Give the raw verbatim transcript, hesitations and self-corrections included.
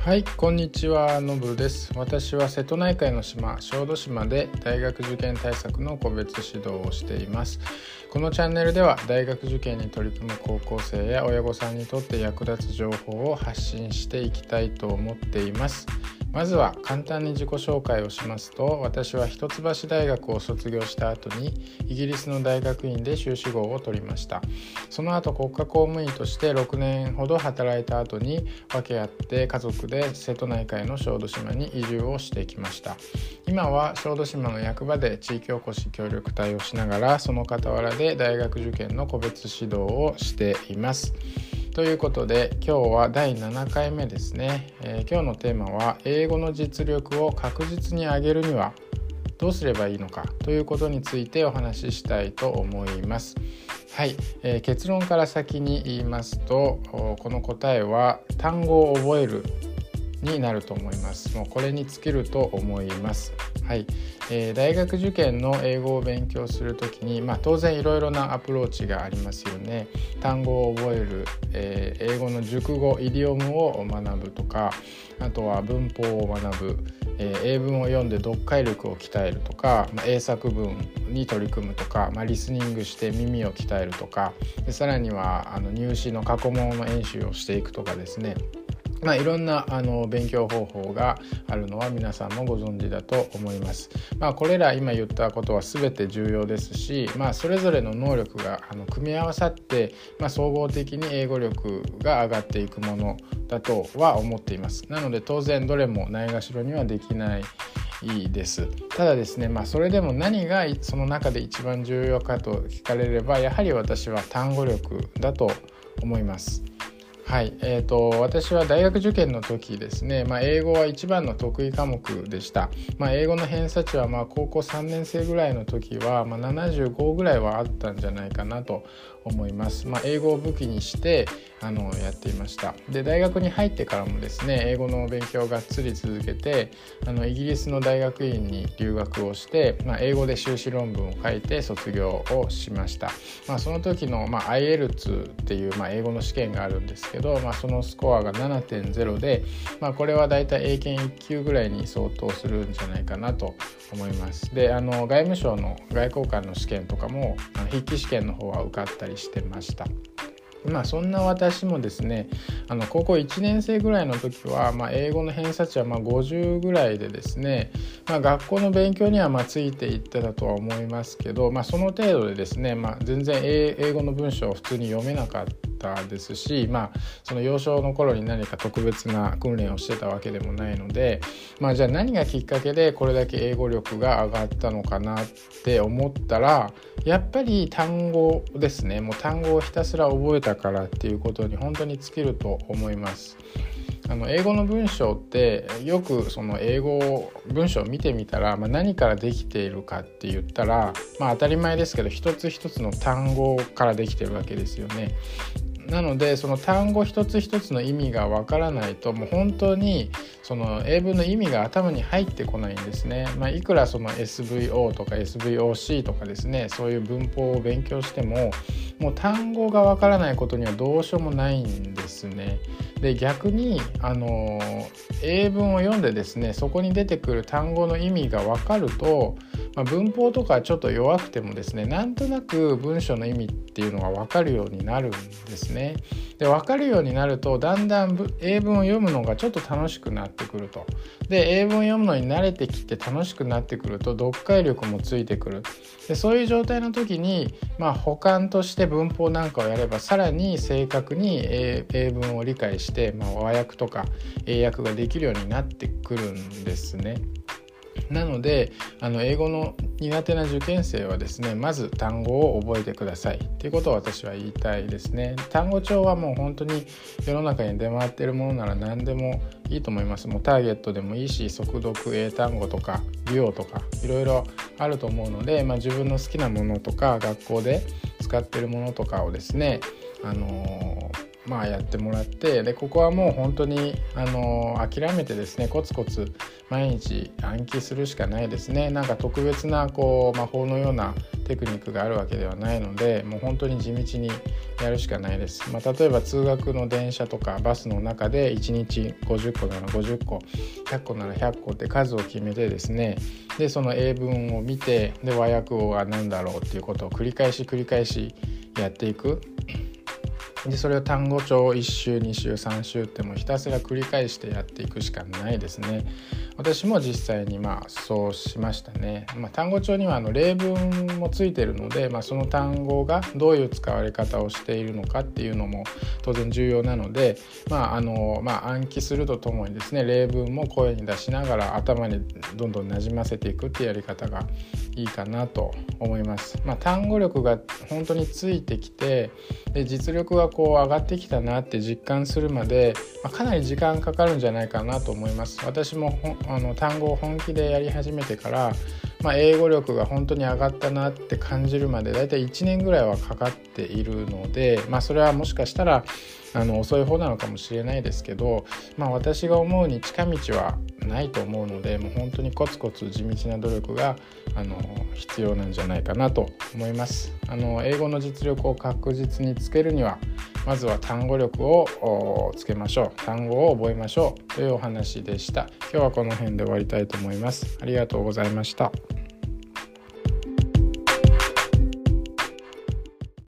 はい、こんにちは、のぶです。私は瀬戸内海の島、小豆島で大学受験対策の個別指導をしています。このチャンネルでは大学受験に取り組む高校生や親御さんにとって役立つ情報を発信していきたいと思っています。まずは簡単に自己紹介をしますと、私は一橋大学を卒業した後にイギリスの大学院で修士号を取りました。その後国家公務員としてろくねんほど働いた後に分け合って家族で瀬戸内海の小豆島に移住をしてきました。今は小豆島の役場で地域おこし協力隊をしながら、その傍らで大学受験の個別指導をしています。ということで今日はだいななかいめですね、えー、今日のテーマは英語の実力を確実に上げるにはどうすればいいのかということについてお話ししたいと思います。はい、えー、結論から先に言いますと、この答えは単語を覚えるになると思います。もうこれに尽きると思います。はい、えー、大学受験の英語を勉強するときに、まあ、当然いろいろなアプローチがありますよね。単語を覚える、えー、英語の熟語、イディオムを学ぶとか、あとは文法を学ぶ、えー、英文を読んで読解力を鍛えるとか、まあ、英作文に取り組むとか、まあ、リスニングして耳を鍛えるとか、でさらにはあの入試の過去問の演習をしていくとかですね。まあ、いろんなあの勉強方法があるのは皆さんもご存知だと思います。まあ、これら今言ったことは全て重要ですし、まあ、それぞれの能力があの組み合わさって、まあ、総合的に英語力が上がっていくものだとは思っています。なので当然どれもないがしろにはできないいいです。ただですね、まあ、それでも何がその中で一番重要かと聞かれれば、やはり私は単語力だと思います。はい、えーと、私は大学受験の時ですね、まあ、英語は一番の得意科目でした。まあ、英語の偏差値はまあ高校さんねん生ぐらいの時はまあななじゅうごぐらいはあったんじゃないかなと思います。まあ、英語を武器にしてあのやっていました。で、大学に入ってからもですね、英語の勉強をがっつり続けて、あのイギリスの大学院に留学をして、まあ、英語で修士論文を書いて卒業をしました。まあ、その時の、まあ、アイエルツー っていう、まあ、英語の試験があるんですけど、まあ、そのスコアが ななてんゼロ で、まあ、これはだいたい英検いっきゅうぐらいに相当するんじゃないかなと思います。で、あの外務省の外交官の試験とかもあの筆記試験の方は受かったりしてました。まあ、そんな私もですね、あの高校いちねん生ぐらいの時は、まあ、英語の偏差値はまあごじゅうぐらいでですね、まあ、学校の勉強にはまあついていってたとは思いますけど、まあ、その程度でですね、まあ、全然英語の文章を普通に読めなかったですし、まあ、その幼少の頃に何か特別な訓練をしてたわけでもないので、まあ、じゃあ何がきっかけでこれだけ英語力が上がったのかなって思ったら、やっぱり単語ですね。もう単語をひたすら覚えたからっていうことに本当に尽きると思います。あの英語の文章ってよくその英語文章を見てみたら、まあ、何からできているかって言ったら、まあ、当たり前ですけど一つ一つの単語からできているわけですよね。なのでその単語一つ一つの意味がわからないと、もう本当にその英文の意味が頭に入ってこないんですね。まあ、いくらその エスブイオー とか エスブイオーシー とかですね、そういう文法を勉強してももう単語がわからないことにはどうしようもないんですね。で、逆にあの英文を読んでですね、そこに出てくる単語の意味がわかると、まあ、文法とかちょっと弱くてもですね、なんとなく文章の意味っていうのがわかるようになるんですね。で、わかるようになるとだんだん英文を読むのがちょっと楽しくなってくると。で、英文を読むのに慣れてきて楽しくなってくると読解力もついてくる。で、そういう状態の時に、まあ、補完として文法なんかをやればさらに正確に英文を理解して、まあ、和訳とか英訳ができるようになってくるんですね。なのであの英語の苦手な受験生はですね、まず単語を覚えてくださいということを私は言いたいですね。単語帳はもう本当に世の中に出回っているものなら何でもいいと思います。もうターゲットでもいいし、速読英単語とかデュオとかいろいろあると思うので、まあ、自分の好きなものとか学校で使っているものとかをですね、あのーまあ、やってもらって、でここはもう本当にあの諦めてですね、コツコツ毎日暗記するしかないですね。なんか特別なこう魔法のようなテクニックがあるわけではないので、もう本当に地道にやるしかないです。まあ、例えば通学の電車とかバスの中でいちにちごじゅっこならごじゅっこ、ひゃっこならひゃっこって数を決めてですね、でその英文を見て、で和訳語が何だろうっていうことを繰り返し繰り返しやっていく。でそれを単語帳いっ週に週さん週ってもうひたすら繰り返してやっていくしかないですね。私も実際にまあそうしましたね。まあ、単語帳にはあの例文もついているので、まあ、その単語がどういう使われ方をしているのかっていうのも当然重要なので、まああのまあ、暗記するとともにですね、例文も声に出しながら頭にどんどんなじませていくっていうやり方がいいかなと思います。まあ、単語力が本当についてきて、で実力がこう上がってきたなって実感するまで、まあ、かなり時間かかるんじゃないかなと思います。私もあの単語を本気でやり始めてから、まあ、英語力が本当に上がったなって感じるまでだいたいいちねんぐらいはかかっているので、まあ、それはもしかしたらあの遅い方なのかもしれないですけど、まあ、私が思うに近道はないと思うので、もう本当にコツコツ地道な努力があの必要なんじゃないかなと思います。あの英語の実力を確実につけるには、まずは単語力をつけましょう。単語を覚えましょうというお話でした。今日はこの辺で終わりたいと思います。ありがとうございました。